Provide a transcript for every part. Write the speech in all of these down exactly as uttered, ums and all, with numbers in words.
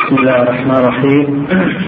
بسم الله الرحمن الرحيم.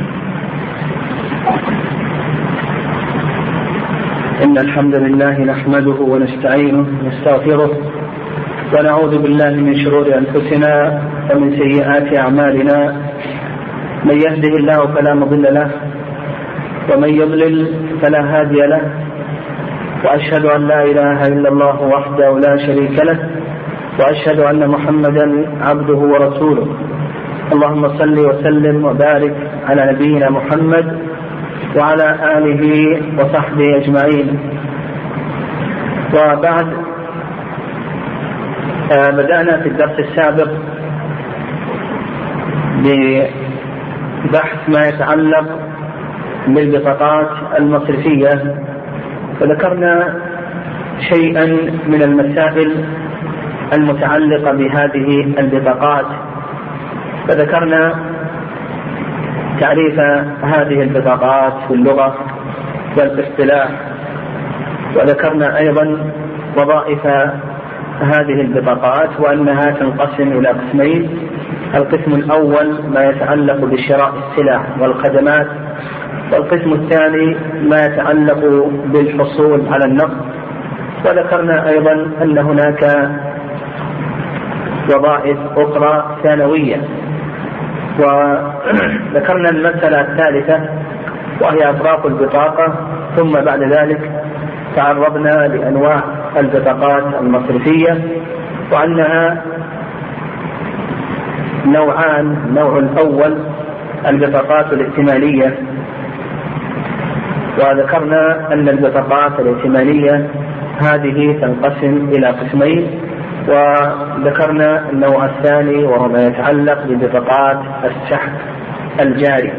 إن الحمد لله نحمده ونستعينه ونستغفره ونعوذ بالله من شرور أنفسنا ومن سيئات أعمالنا. من يهده الله فلا مضل له ومن يضلل فلا هادي له، وأشهد أن لا إله إلا الله وحده لا شريك له، وأشهد أن محمدا عبده ورسوله. اللهم صل وسلم وبارك على نبينا محمد وعلى آله وصحبه أجمعين. وبعد، بدأنا في الدرس السابق ببحث ما يتعلق بالبطاقات المصرفية، وذكرنا شيئا من المسائل المتعلقة بهذه البطاقات، فذكرنا تعريف هذه البطاقات في اللغة والاصطلاح، وذكرنا أيضا وظائف هذه البطاقات وأنها تنقسم إلى قسمين. القسم الأول ما يتعلق بشراء السلع والخدمات، والقسم الثاني ما يتعلق بالحصول على النقد. وذكرنا أيضا أن هناك وظائف أخرى ثانوية. وذكرنا المسألة الثالثة وهي أطراف البطاقة، ثم بعد ذلك تعرضنا لأنواع البطاقات المصرفية وأنها نوعان. النوع الأول البطاقات الائتمانية، وذكرنا أن البطاقات الائتمانية هذه تنقسم إلى قسمين، وذكرنا النوع الثاني وهو ما يتعلق ببطاقات السحب الجاري.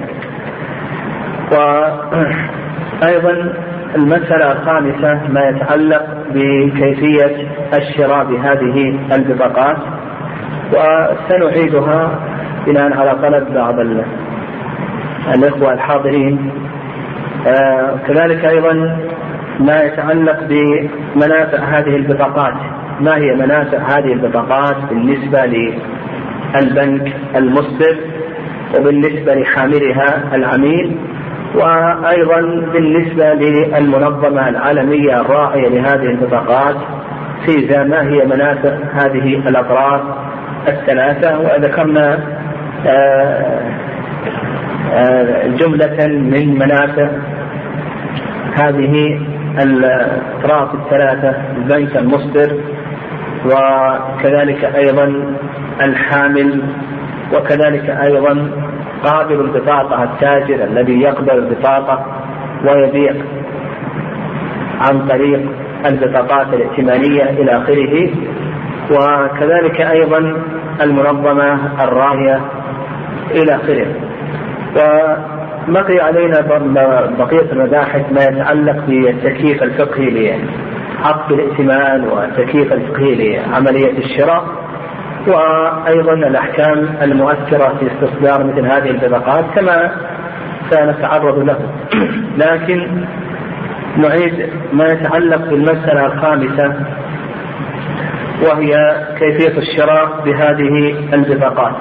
وأيضا المسألة الخامسة ما يتعلق بكيفية الشراء بهذه البطاقات، وسنعيدها بناء على طلب بعض الإخوة الحاضرين. آه كذلك أيضا ما يتعلق بمنافع هذه البطاقات، ما هي منافع هذه البطاقات بالنسبة للبنك المصدر وبالنسبة لحاملها العميل، وأيضا بالنسبة للمنظمة العالمية الراعية لهذه البطاقات فيزا، ما هي منافع هذه الأطراف الثلاثة. وذكرنا جملة من منافع هذه الأطراف الثلاثة: البنك المصدر، وكذلك أيضا الحامل، وكذلك أيضا قابل البطاقة التاجر الذي يقبل البطاقة ويبيع عن طريق البطاقات الائتمانية إلى آخره، وكذلك أيضا المنظمة الراعية إلى آخره. وبقي علينا بقية المباحث ما يتعلق بالتكييف الفقهي لعقد الائتمان والتكييف الفقهي لعملية الشراء، وأيضا الأحكام المؤثرة في استصدار مثل هذه البطاقات كما سنتعرض له. لكن نعيد ما يتعلق بالمسألة الخامسة وهي كيفية الشراء بهذه البطاقات.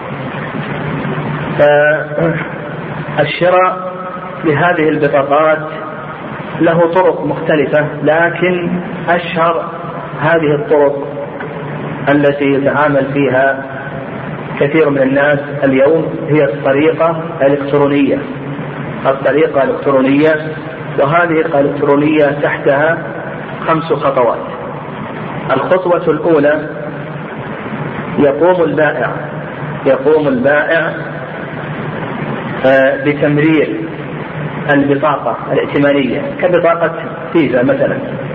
الشراء بهذه البطاقات له طرق مختلفة، لكن أشهر هذه الطرق التي يتعامل فيها كثير من الناس اليوم هي الطريقة الإلكترونية. الطريقة الإلكترونية، وهذه الإلكترونية تحتها خمس خطوات. الخطوة الأولى: يقوم البائع يقوم البائع بتمرير البطاقة الائتمانية كبطاقة فيزا مثلا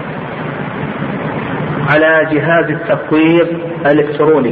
على جهاز التفويض الإلكتروني،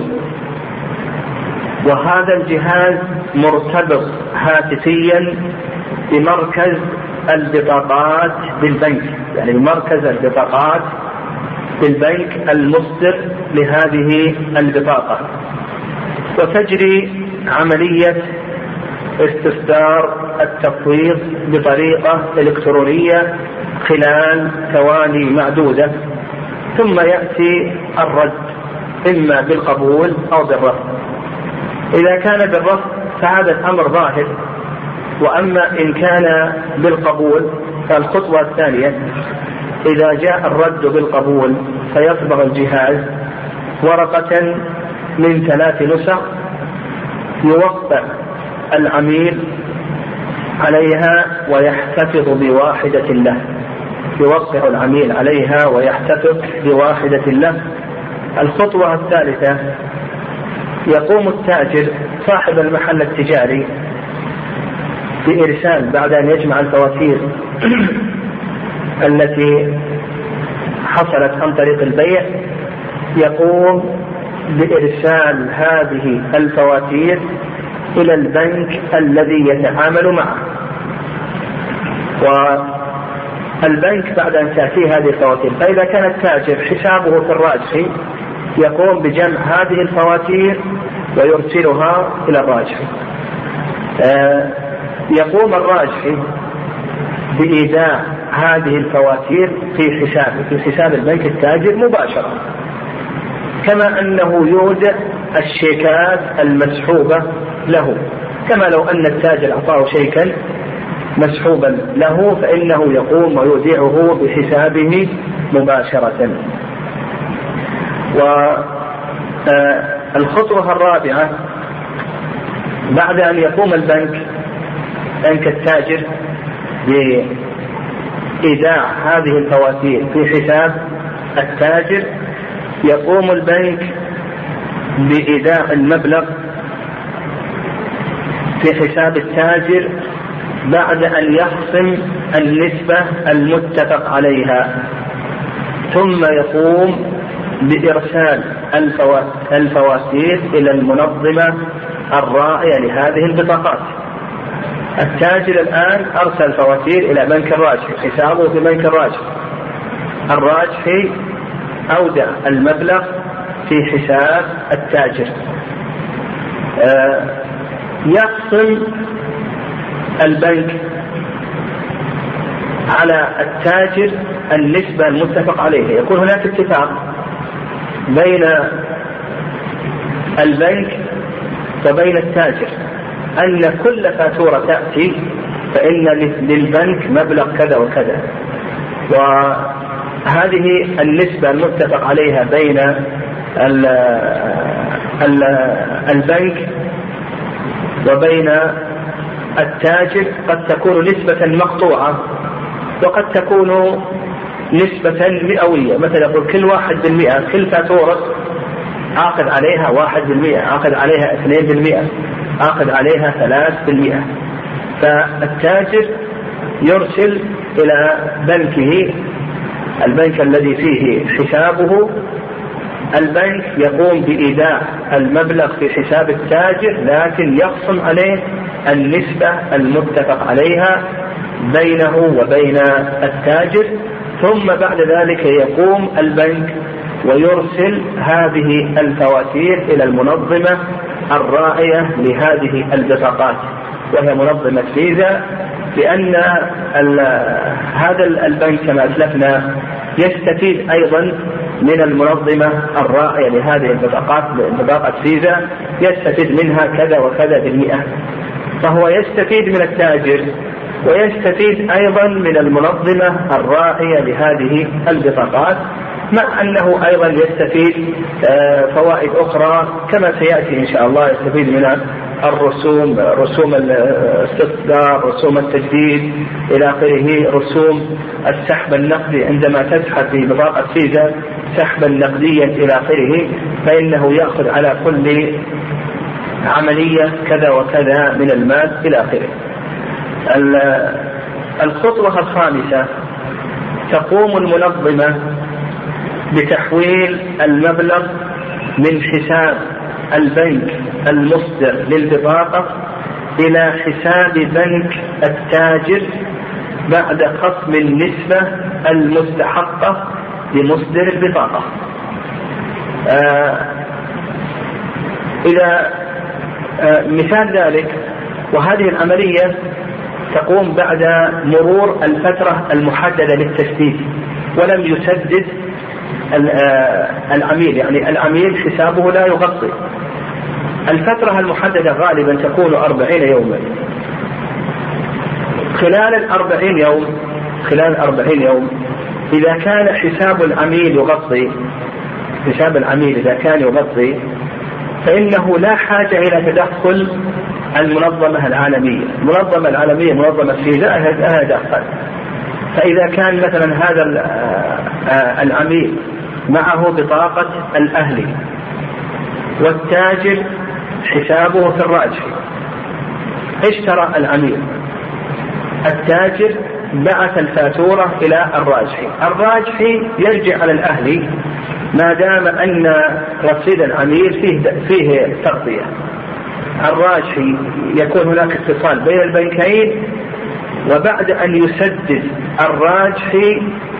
وهذا الجهاز مرتبط هاتفيا بمركز البطاقات بالبنك، يعني بمركز البطاقات بالبنك المصدر لهذه البطاقة، وتجري عملية استصدار التفويض بطريقة إلكترونية خلال ثواني معدودة، ثم يأتي الرد إما بالقبول أو بالرفض. إذا كان بالرفض فهذا الأمر ظاهر. وأما إن كان بالقبول فالخطوة الثانية إذا جاء الرد بالقبول فيصبغ الجهاز ورقة من ثلاث نسخ يوقع العميل عليها ويحتفظ بواحدة له، يوقع العميل عليها ويحتفظ بواحدة له. الخطوة الثالثة يقوم التاجر صاحب المحل التجاري بإرسال بعد أن يجمع الفواتير التي حصلت عن طريق البيع، يقوم بإرسال هذه الفواتير إلى البنك الذي يتعامل معه. والبنك بعد أن تأتي هذه الفواتير، فإذا كان التاجر حسابه في الراجحي يقوم بجمع هذه الفواتير ويرسلها إلى الراجحي. آه يقوم الراجحي بإيداع هذه الفواتير في حسابه في حساب البنك التاجر مباشرة، كما أنه يودع الشيكات المسحوبة له، كما لو أن التاجر أعطاه شيكا مسحوبا له فإنه يقوم ويودعه بحسابه مباشرة. والخطوة الرابعة بعد أن يقوم البنك بنك التاجر بإيداع هذه الفواتير في حساب التاجر، يقوم البنك بإيداع المبلغ في حساب التاجر بعد أن يخصم النسبة المتفق عليها، ثم يقوم بإرسال الفواتير إلى المنظمة الراعية لهذه البطاقات. التاجر الآن أرسل فواتير إلى بنك الراجحي، حسابه في بنك الراجحي، الراجحي أودع المبلغ في حساب التاجر. آه يقسم البنك على التاجر النسبة المتفق عليها. يكون هناك اتفاق بين البنك وبين التاجر أن كل فاتورة تأتي فإن للبنك مبلغ كذا وكذا، وهذه النسبة المتفق عليها بين ال ال البنك وبين التاجر قد تكون نسبة مقطوعة وقد تكون نسبة مئوية. مثلا يقول كل واحد بالمئة، كل فاتورة عاقد عليها واحد بالمئة، عاقد عليها اثنين بالمئة، عاقد عليها ثلاث بالمئة. فالتاجر يرسل إلى بنكه، البنك الذي فيه حسابه، البنك يقوم بإيداع المبلغ في حساب التاجر لكن يخصم عليه النسبة المتفق عليها بينه وبين التاجر، ثم بعد ذلك يقوم البنك ويرسل هذه الفواتير إلى المنظمة الراعية لهذه البطاقات وهي منظمة فيزا، لأن هذا البنك كما أسلفنا يستفيد أيضا من المنظمة الراعية لهذه البطاقات، بطاقة فيزا يستفيد منها كذا وكذا بالمئة، فهو يستفيد من التاجر ويستفيد أيضا من المنظمة الراعية لهذه البطاقات، مع أنه أيضا يستفيد فوائد أخرى كما سيأتي إن شاء الله. يستفيد من الرسوم، رسوم الاستصدار، رسوم التجديد إلى آخره، رسوم السحب النقدي عندما تسحب في بطاقة فيزا سحبا نقديا إلى آخره، فإنه يأخذ على كل عملية كذا وكذا من المال إلى آخره. الخطوة الخامسة تقوم المنظمة بتحويل المبلغ من حساب البنك المصدر للبطاقة إلى حساب بنك التاجر بعد خصم النسبة المستحقة لمصدر البطاقة. آه إذا آه مثال ذلك، وهذه العملية تقوم بعد مرور الفترة المحددة للتسديد ولم الفترة المحددة غالبا تكون أربعين يوما. خلال الأربعين يوم خلال الأربعين يوم إذا كان حساب العميل يغطي حساب العميل إذا كان يغطي فإنه لا حاجة إلى تدخل المنظمة العالمية. المنظمة العالمية منظمة فيزا أهل دخل. فإذا كان مثلا هذا العميل معه بطاقة الأهلي والتاجر حسابه في الراجحي، اشترى العميل، التاجر بعث الفاتورة إلى الراجحي، الراجحي يرجع على الأهلي ما دام أن رصيد العميل فيه فيه تغطية. الراجحي يكون هناك اتصال بين البنكين، وبعد أن يسدد الراجحي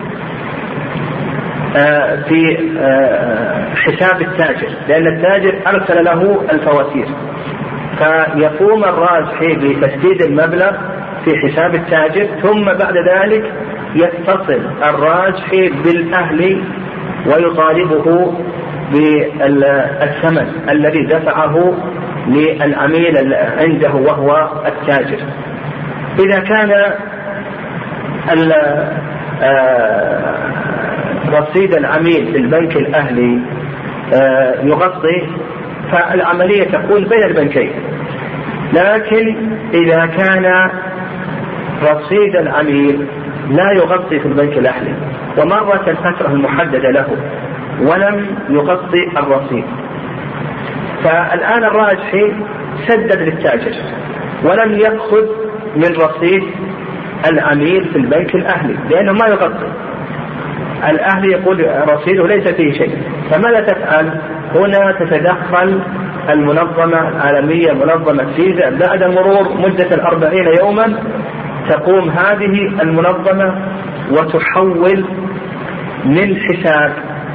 في حساب التاجر، لأن التاجر أرسل له الفواتير، فيقوم الراجحي بتسديد المبلغ في حساب التاجر، ثم بعد ذلك يتصل الراجحي بالأهلي ويطالبه بالثمن الذي دفعه للعميل عنده وهو التاجر. إذا كان رصيد العميل في البنك الأهلي يغطي فالعملية تكون بين البنكين. لكن إذا كان رصيد العميل لا يغطي في البنك الأهلي ومرت الفترة المحددة له ولم يغطي الرصيد، فالآن الراجحي سدد للتاجر ولم يأخذ من رصيد العميل في البنك الأهلي لأنه ما يغطي. الأهلي يقول رصيده ليس فيه شيء، فماذا تفعل؟ هنا تتدخل المنظمة العالمية منظمة فيزا. بعد مرور مدة الأربعين يوما تقوم هذه المنظمة وتحول من حساب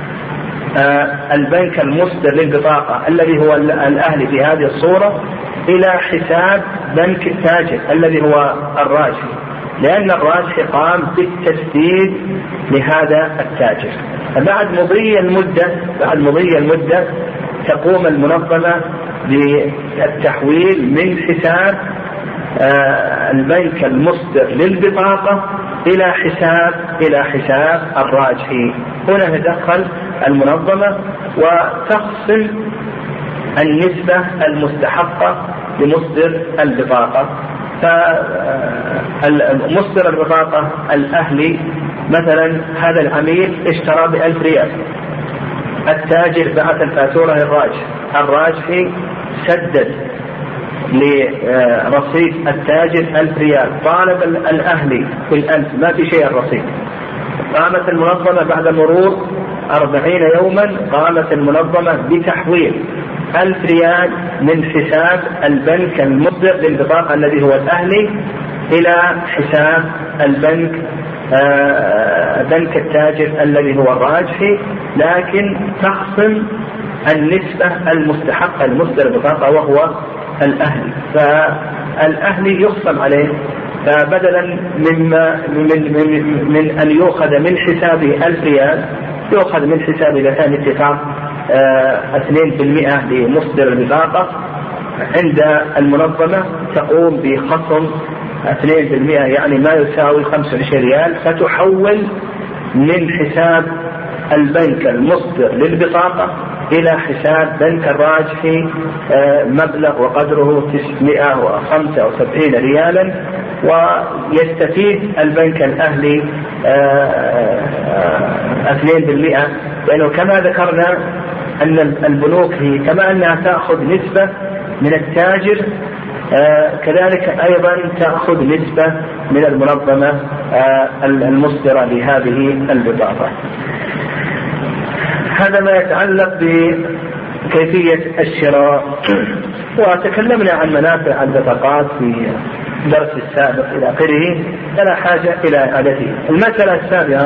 البنك المصدر للبطاقة الذي هو الأهلي في هذه الصورة إلى حساب بنك التاجر الذي هو الراجحي، لأن الراجحي قام بالتسديد لهذا التاجر. فبعد مضي المدة بعد مضي المدة تقوم المنظمة بالتحويل من حساب البنك المصدر للبطاقة إلى حساب إلى حساب الراجحي. هنا تدخل المنظمة وتخصم النسبة المستحقة لمصدر البطاقة. فمصدر البطاقة الأهلي مثلا هذا العميل اشترى بألف ريال، التاجر بعث الفاتورة للراجحي، الراجحي سدد لرصيد التاجر ألف ريال، طالب الأهلي في الألف ما في شيء الرصيد. قامت المنظمة بعد مرور أربعين يوما قامت المنظمة بتحويل ألف ريال من حساب البنك المصدر للبطاقة الذي هو الأهلي إلى حساب البنك آه بنك التاجر الذي هو الراجحي، لكن تخصم النسبة المستحقة لمصدر البطاقة وهو الأهلي، فالأهلي يخصم عليه. فبدلا مما من, من, من أن يؤخذ من حسابه ألف ريال يؤخذ من حسابه إذا كان اتفاق اثنين بالمئة لمصدر البطاقة، عند المنظمة تقوم بخصم اثنين بالمئة يعني ما يساوي خمسة وعشرين ريال، فتحول من حساب البنك المصدر للبطاقة إلى حساب بنك الراجحي مبلغ وقدره تسعمائة وخمسة وسبعين ريالا، ويستفيد البنك الأهلي اثنين بالمئة، لأنه كما ذكرنا أن البنوك هي كما أنها تأخذ نسبة من التاجر كذلك أيضا تأخذ نسبة من المنظمة المصدرة لهذه البطاقة. هذا ما يتعلق بكيفية الشراء، وتكلمنا عن منافع البطاقات في درس السابق إلى آخره، فلا حاجة إلى إعادته. المسألة السابعة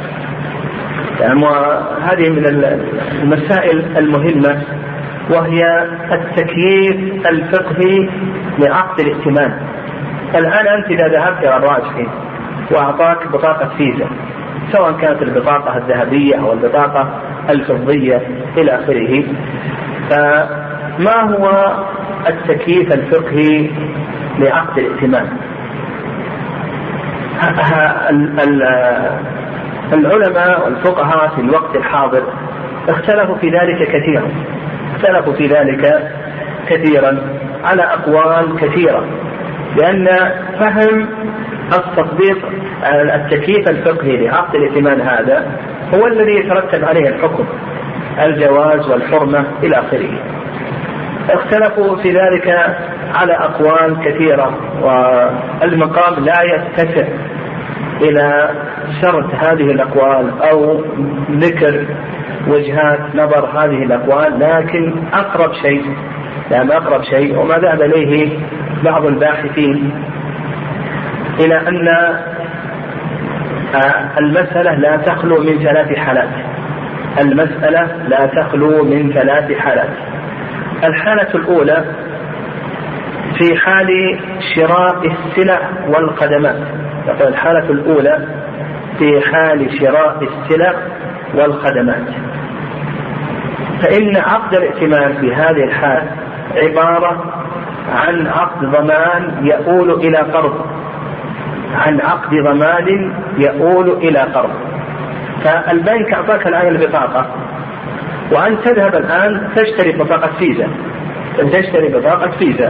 وهذه من المسائل المهمة، وهي التكييف الفقهي لعقد الائتمان. الآن أنت إذا ذهبت إلى الراجحي وأعطاك بطاقة فيزا، سواء كانت البطاقة الذهبية أو البطاقة الفضية إلى آخره، ما هو التكييف الفقهي لعقد الائتمان؟ العلماء والفقهاء في الوقت الحاضر اختلفوا في ذلك كثيرا اختلفوا في ذلك كثيرا على أقوال كثيرة، لأن فهم التطبيق التكييف الفقهي لعقد الائتمان هذا هو الذي يترتب عليه الحكم، الجواز والحرمة إلى آخره. اختلفوا في ذلك على أقوال كثيرة، والمقام لا يتسع إلى سرد هذه الأقوال أو ذكر وجهات نظر هذه الأقوال، لكن أقرب شيء يعني أقرب شيء وما ذهب إليه بعض الباحثين إلى أن المسألة لا تخلو من ثلاث حالات. المسألة لا تخلو من ثلاث حالات. الحالة الأولى في حال شراء السلع والخدمات. الحالة الأولى في حال شراء السلع والخدمات، فإن عقد الائتمان في هذه الحال عبارة عن عقد ضمان يؤول إلى قرض عن عقد ضمان يؤول إلى قرض. فالبنك أعطاك الآن البطاقة، وأن تذهب الآن تشتري بطاقة فيزا أن تشتري بطاقة فيزا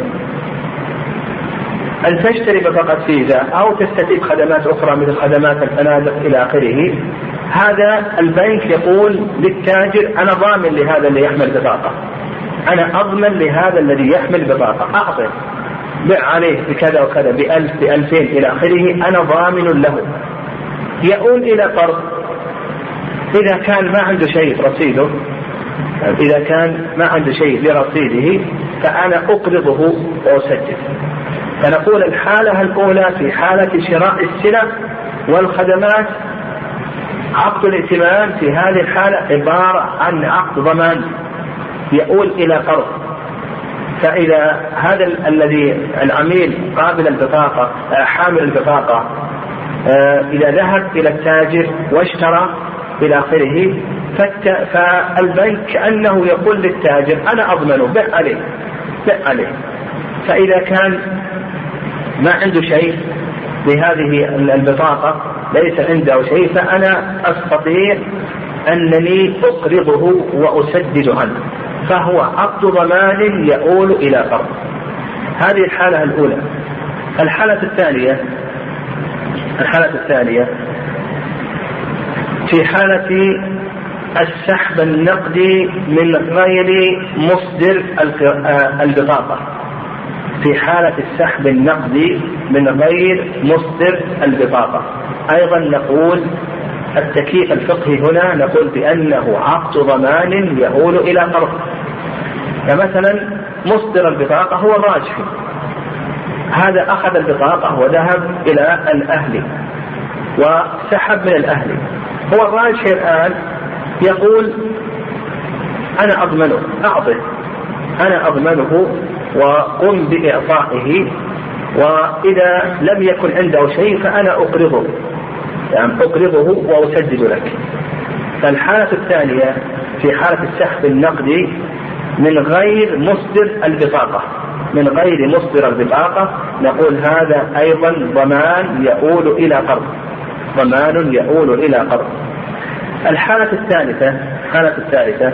أن تشتري بطاقة فيزا أو تستفيد خدمات أخرى مثل خدمات الفنادق إلى آخره. هذا البنك يقول للتاجر أنا ضامن لهذا اللي يحمل بطاقة، أنا أضمن لهذا الذي يحمل بطاقة، أعطي بيع عليه بكذا وكذا بألف بألفين إلى آخره، أنا ضامن له. يؤول إلى قرض إذا كان ما عنده شيء رصيده إذا كان ما عنده شيء لرصيده فأنا أقرضه وأسدد. فنقول الحالة الأولى في حالة شراء السلع والخدمات عقد الائتمان في هذه الحالة عبارة عن عقد ضمان يؤول إلى قرض. فإذا هذا الذي العميل قابل البطاقة حامل البطاقة إذا ذهب إلى التاجر واشترى إلى آخره، فالبنك كأنه يقول للتاجر أنا أضمنه بيع عليه بيع عليه. فإذا كان ما عنده شيء بهذه البطاقة ليس عنده شيء فأنا أستطيع أنني أقرضه وأسدد عنه، فهو عقد ضمان يؤول إلى قرض. هذه الحالة الأولى. الحالة الثانية الحالة الثانية في حالة السحب النقدي من غير مصدر البطاقة. في حالة السحب النقدي من غير مصدر البطاقة أيضا نقول التكييف الفقهي هنا نقول بأنه عقد ضمان يؤول إلى قرض. فمثلا مصدر البطاقة هو الراجحي، هذا أخذ البطاقة وذهب إلى الأهل وسحب من الأهل، هو الراجحي الآن يقول أنا أضمنه أعطه أنا أضمنه وقم بإعطائه، وإذا لم يكن عنده شيء فأنا أقرضه يعني أقرضه وأسدد لك. فالحالة الثانية في حالة السحب النقدي من غير مصدر البطاقة من غير مصدر البطاقة نقول هذا أيضا ضمان يؤول إلى قرض ضمان يؤول إلى قرض. الحالة الثالثة الحالة الثالثة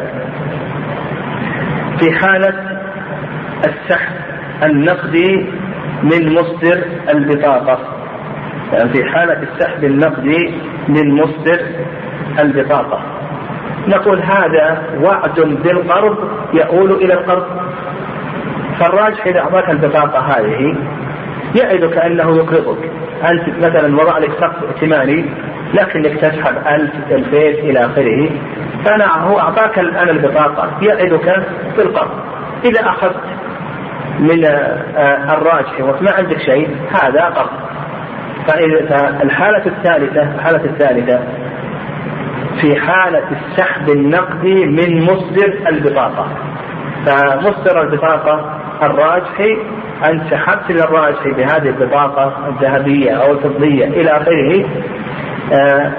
في حالة السحب النقدي من مصدر البطاقة، يعني في حالة السحب النقدي من مصدر البطاقة نقول هذا وعد بالقرض يؤول إلى القرض. فالراجح إذا أعطاك البطاقة هذه يعدك أنه يقرضك، أنت مثلا وضع لك سقف ائتماني لكنك تسحب ألف ألفين إلى آخره، فأنا هو أعطاك الآن البطاقة يعدك بالقرض. إذا أخذت من الراجح وما عندك شيء هذا قرض. فالحالة الثالثة الحالة الثالثة في حالة السحب النقدي من مصدر البطاقة. فمصدر البطاقة الراجحي أن سحبت للراجحي بهذه البطاقة الذهبية أو الفضية إلى آخره،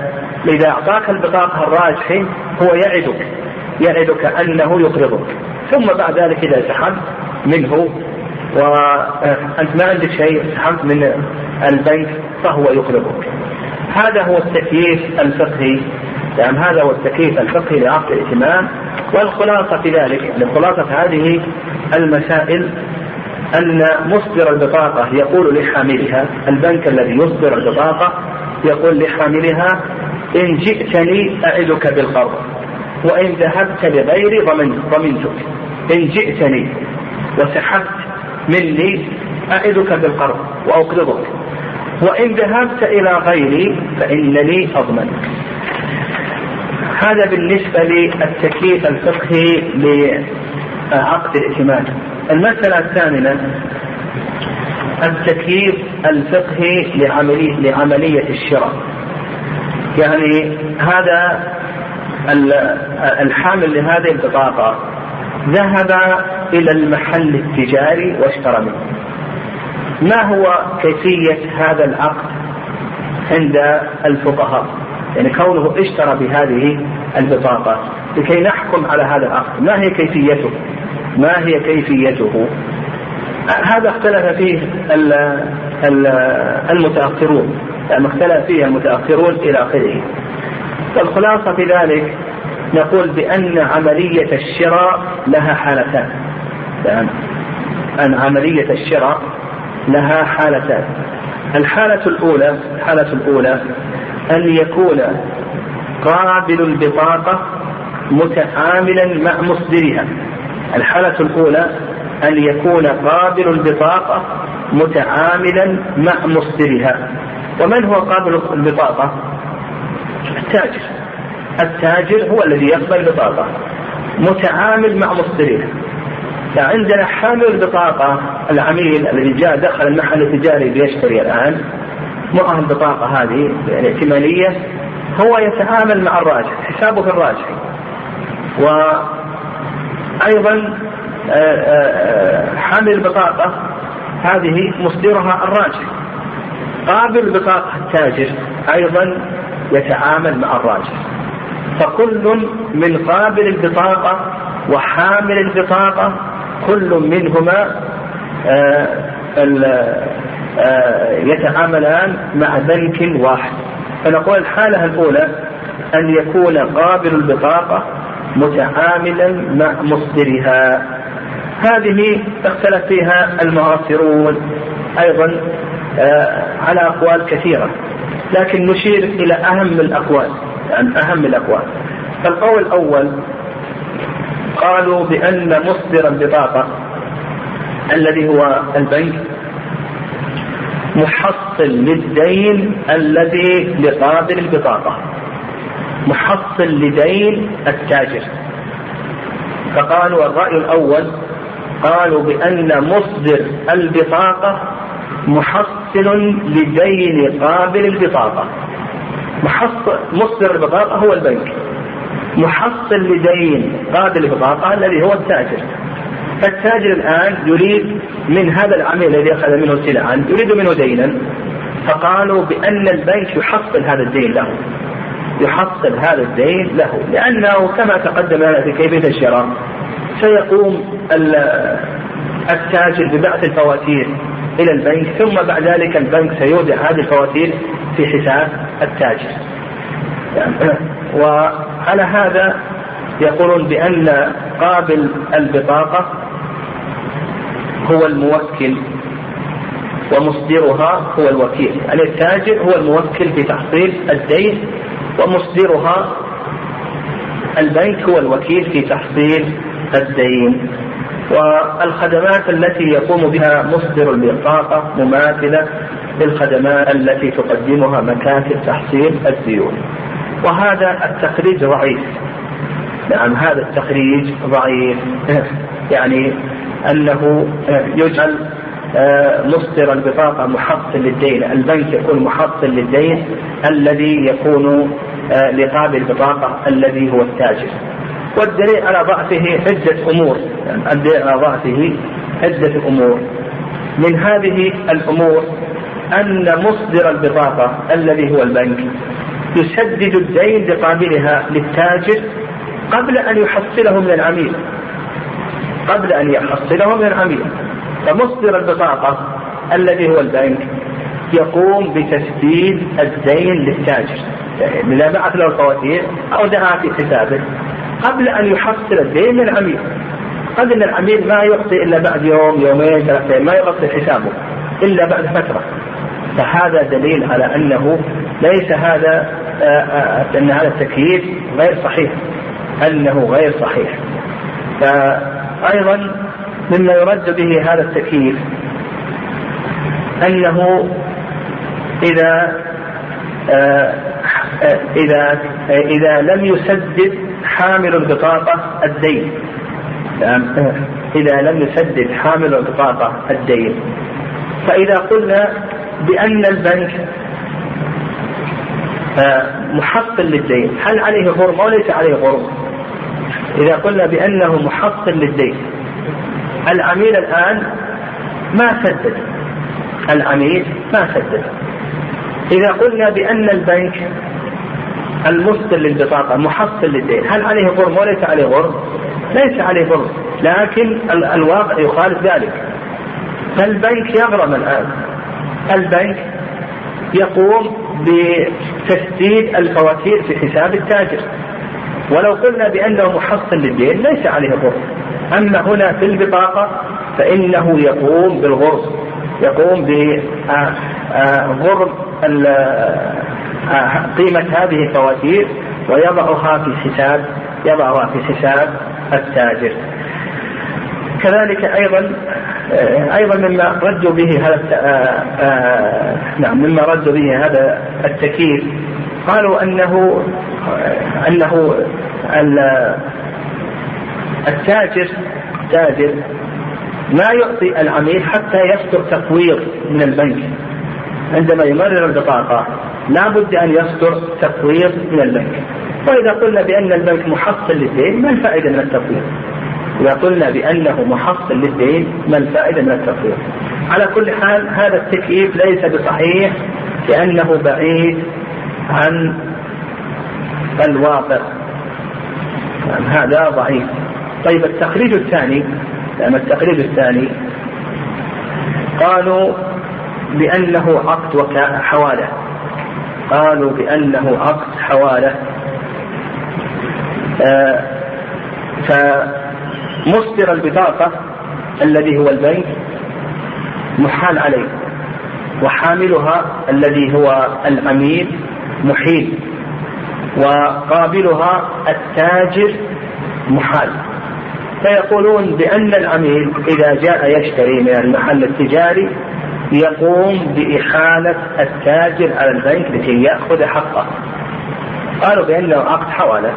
إذا أعطاك البطاقة الراجحي هو يعدك يعدك أنه يقرضك، ثم بعد ذلك إذا سحبت منه وأنت ما عندك شيء سحبت من البنك فهو يقرضك. هذا هو التكييف الفقهي، يعني هذا هو التكييف الفقهي لعقد الائتمان. والخلاصة في ذلك، يعني خلاصة هذه المسائل أن مصدر البطاقة يقول لحاملها، البنك الذي يصدر البطاقة يقول لحاملها إن جئتني أعدك بالقرض، وإن ذهبت لغيري ضمنتك. إن جئتني وسحبت مني أعدك بالقرض وأقرضك، وإن ذهبت إلى غيري فإنني أضمنك. هذا بالنسبة للتكييف الفقهي لعقد الائتمان. المسألة الثامنة التكييف الفقهي لعملية, لعملية الشراء. يعني هذا الحامل لهذه البطاقة ذهب إلى المحل التجاري واشترى منه. ما هو كيفية هذا العقد عند الفقهاء؟ يعني كونه اشترى بهذه البطاقة لكي نحكم على هذا العقد، ما هي كيفيته؟ ما هي كيفيته؟ هذا اختلف فيه المتأخرون، يعني اختلف فيه المتأخرون إلى آخره. والخلاصة في ذلك نقول بأن عملية الشراء لها حالتان، يعني أن عملية الشراء لها حالتان. الحالة الأولى الحالة الأولى أن يكون قابل البطاقة متعاملا مع مصدرها. الحالة الأولى أن يكون قابل البطاقة متعاملا مع مصدرها. ومن هو قابل البطاقة؟ التاجر. التاجر هو الذي يقبل البطاقة متعامل مع مصدرها. فعندنا حامل البطاقة العميل الذي جاء دخل المحل التجاري ليشتري الآن، معه البطاقة هذه الائتمانية، هو يتعامل مع الراجح، حسابه في الراجح. وأيضا حامل البطاقة هذه مصدرها الراجح. قابل البطاقة التاجر أيضا يتعامل مع الراجح. فكل من قابل البطاقة وحامل البطاقة كل منهما يتعاملان مع بنك واحد. فنقول الحالة الأولى أن يكون قابل البطاقة متعاملا مع مصدرها. هذه اختلف فيها المعاصرون أيضا على أقوال كثيرة، لكن نشير إلى أهم الأقوال، يعني أهم الأقوال. فالقول الأول قالوا بأن مصدر البطاقة الذي هو البنك محصل للدين الذي لقابل البطاقة، محصل لدين التاجر. فقالوا الرأي الأول قالوا بأن مصدر البطاقة محصل لدين قابل البطاقة. محصل مصدر البطاقة هو البنك، محصل لدين قابل البطاقة الذي هو التاجر. فالتاجر الآن يريد من هذا العميل الذي أخذ منه سلعا يريد منه دينا، فقالوا بأن البنك يحصل هذا الدين له، يحصل هذا الدين له، لأنه كما تقدم لنا في كيفية الشراء سيقوم التاجر ببعث الفواتير إلى البنك، ثم بعد ذلك البنك سيودع هذه الفواتير في حساب التاجر. وعلى هذا يقولون بأن قابل البطاقة هو الموكل ومصدرها هو الوكيل. يعني التاجر هو الموكل في تحصيل الدين، ومصدرها البنك هو الوكيل في تحصيل الدين. والخدمات التي يقوم بها مصدر البطاقة مماثلة للخدمات التي تقدمها مكاتب تحصيل الديون. وهذا التخريج ضعيف. نعم هذا التخريج ضعيف، يعني أنه يجعل مصدر البطاقة محصل للدين، البنك يكون محصل للدين الذي يكون لقابل البطاقة الذي هو التاجر. والدليل على ضعفه عدة أمور، يعني الدليل على ضعفه عدة أمور. من هذه الأمور أن مصدر البطاقة الذي هو البنك يسدد الدين لقابلها للتاجر قبل أن يحصله من العميل. قبل أن يحصله من العميل. فمصدر البطاقة الذي هو البنك يقوم بتسديد الدين للتاجر، إذا بعث له الفواتير أو دعا في حسابه قبل أن يحصل الدين من العميل. قد أن العميل ما يعطي إلا بعد يوم يومين ثلاثين، ما يغطي حسابه إلا بعد فترة، فهذا دليل على أنه ليس هذا أن هذا التكييف غير صحيح، أنه غير صحيح. فأيضا مما يرد به هذا التكييف أنه إذا إذا إذا لم يسدد حامل البطاقة الدين، إذا لم يسدد حامل البطاقة الدين، فإذا قلنا بأن البنك محصل للدين هل عليه غرم أو ليس عليه غرم؟ إذا قلنا بأنه محصل للدين، العميل الآن ما سدد، العميل ما سدد. إذا قلنا بأن البنك المصدر للبطاقة محصل للدين هل عليه غرم أو ليس عليه غرم؟ ليس عليه غرم، لكن الواقع يخالف ذلك. فالبنك يغرم الآن، البنك يقوم بتسديد الفواتير في حساب التاجر، ولو قلنا بأنه محصل للدين ليس عليه غرم. أما هنا في البطاقة فإنه يقوم بالغرم، يقوم بغرم قيمة هذه الفواتير ويضعها في حساب يضعها في حساب التاجر. كذلك أيضا أيضا مما ردوا به هذا نعم مما ردوا به هذا التكييف، قالوا أنه أنه التاجر تاجر ما يعطي العميل حتى يصدر تقويض من البنك. عندما يمرر البطاقة لا بد أن يصدر تقويض من البنك. وإذا قلنا بأن البنك محصل للدين ما الفائدة من التقويض؟ إذا قلنا بأنه محصل للدين ما الفائدة من التقويض؟ على كل حال هذا التكييف ليس بصحيح لأنه بعيد عن الواقع، يعني هذا ضعيف. طيب التخريج الثاني، يعني التخريج الثاني قالوا بأنه عقد وحوالة، قالوا بأنه عقد حوالة. آه فمصدر البطاقة الذي هو البنك محال عليه، وحاملها الذي هو العميل محيل، وقابلها التاجر محال. فيقولون بأن العميل إذا جاء يشتري من المحل التجاري يقوم بإحالة التاجر على البنك لكي يأخذ حقه. قالوا بأنه عقد حوالة.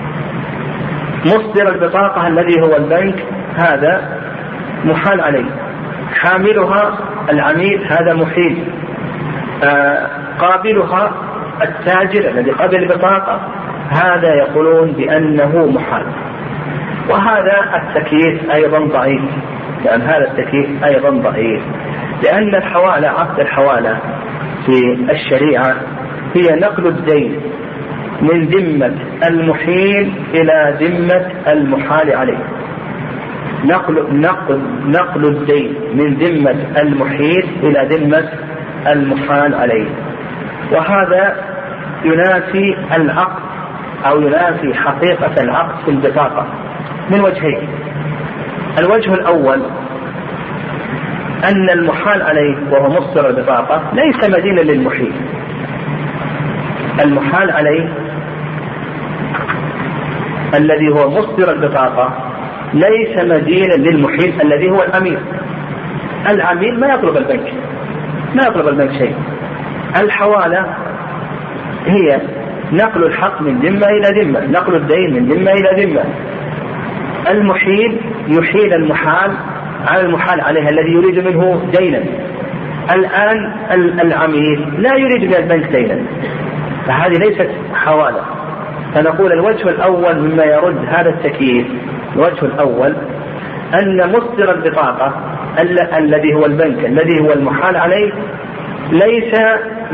مصدر البطاقة الذي هو البنك هذا محال عليه، حاملها العميل هذا محيل، آه قابلها التاجر الذي قبل البطاقة هذا يقولون بأنه محال. وهذا التكييف أيضا ضعيف، لأن هذا التكييف أيضا ضعيف، لأن الحوالة عقد الحوالة في الشريعة هي نقل الدين من ذمة المحيل إلى ذمة المحال عليه، نقل نقل نقل الدين من ذمة المحيل إلى ذمة المحال عليه. وهذا ينافي العقد أو ينافي حقيقة العقد في البطاقة من وجهين. الوجه الأول أن المحال عليه وهو مصدر البطاقة ليس مدينا للمحيل. المحال عليه الذي هو مصدر البطاقة ليس مدينا للمحيل الذي هو العميل. العميل ما يطلب البنك ما يطلب البنك شيء. الحوالة هي نقل الحق من ذمة إلى ذمة، نقل الدين من ذمة إلى ذمة. المحيل يحيل المحال على المحال عليه الذي يريد منه دينا. الآن العميل لا يريد من البنك دينا، فهذه ليست حوالة. فنقول الوجه الأول مما يرد هذا التكييف، الوجه الأول أن مصدر البطاقة الذي هو البنك الذي هو المحال عليه ليس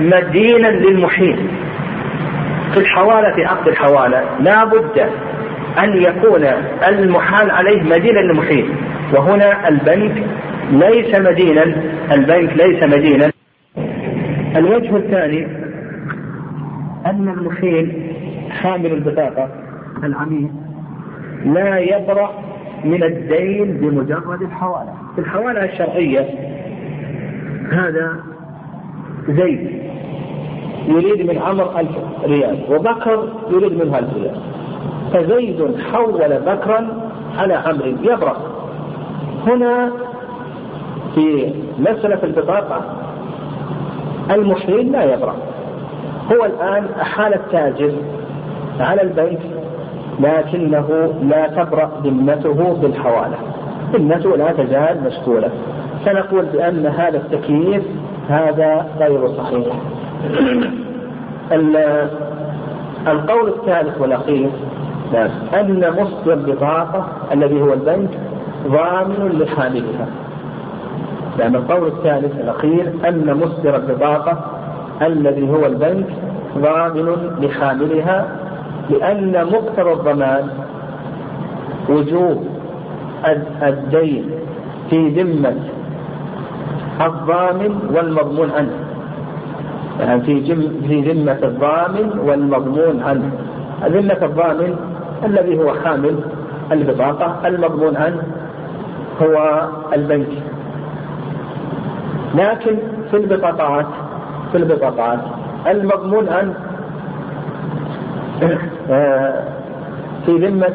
مدينا للمحيل. في الحوالة في عقد الحوالة لا بد أن يكون المحال عليه مدينا للمحيل، وهنا البنك ليس مدينا، البنك ليس مدينا. الوجه الثاني أن المحيل حامل البطاقة العميل لا يبرأ من الدين بمجرد الحوالة. في الحوالة الشرعية هذا زيد يريد من عمر ألف ريال وبكر يريد منها ألف ريال، فزيد حول بكرا على عمر يبرأ. هنا في مسألة البطاقة المحيل لا يبرأ. هو الآن أحال التاجر على البنك لكنه لا تبرأ ذمته بالحوالة، ذمته لا تزال مشغولة، فنقول بأن هذا التكييف هذا غير صحيح. القول الثالث والأخير أن مصدر البطاقة الذي هو البنك ضامن لحاملها، لأن القول الثالث الأخير أن مصدر البطاقة الذي هو البنك ضامن لحاملها، لأن مقتضى الضمان وجوب الدين في ذمة الضامن والمضمون عنه، يعني في ذمة الضامن والمضمون عنه. ذمة الضامن الذي هو حامل البطاقة، المضمون عنه هو البنك. لكن في البطاقات في البطاقات المضمون عنه في ذمة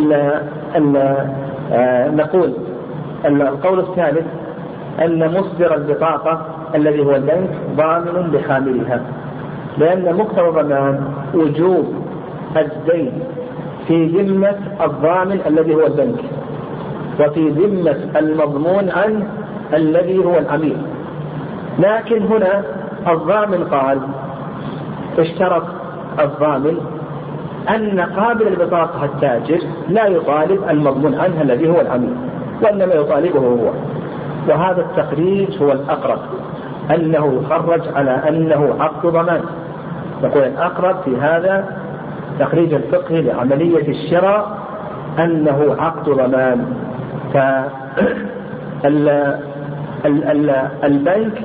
نقول القول الثالث أن مصدر البطاقة الذي هو البنك ضامن لحاملها، لأن مقتضى ضمان وجوب الدين في ذمة الضامن الذي هو البنك، وفي ذمة المضمون عنه الذي هو العميل. لكن هنا الضامن قال اشترط الضامن أن قابل البطاقة التاجر لا يطالب المضمون عنه الذي هو العميل، وإنما يطالبه هو. وهذا التخريج هو الأقرب، أنه يخرج على أنه عقد ضمان. نقول الأقرب في هذا تخريج الفقه لعملية الشراء أنه عقد ضمان. فالبنك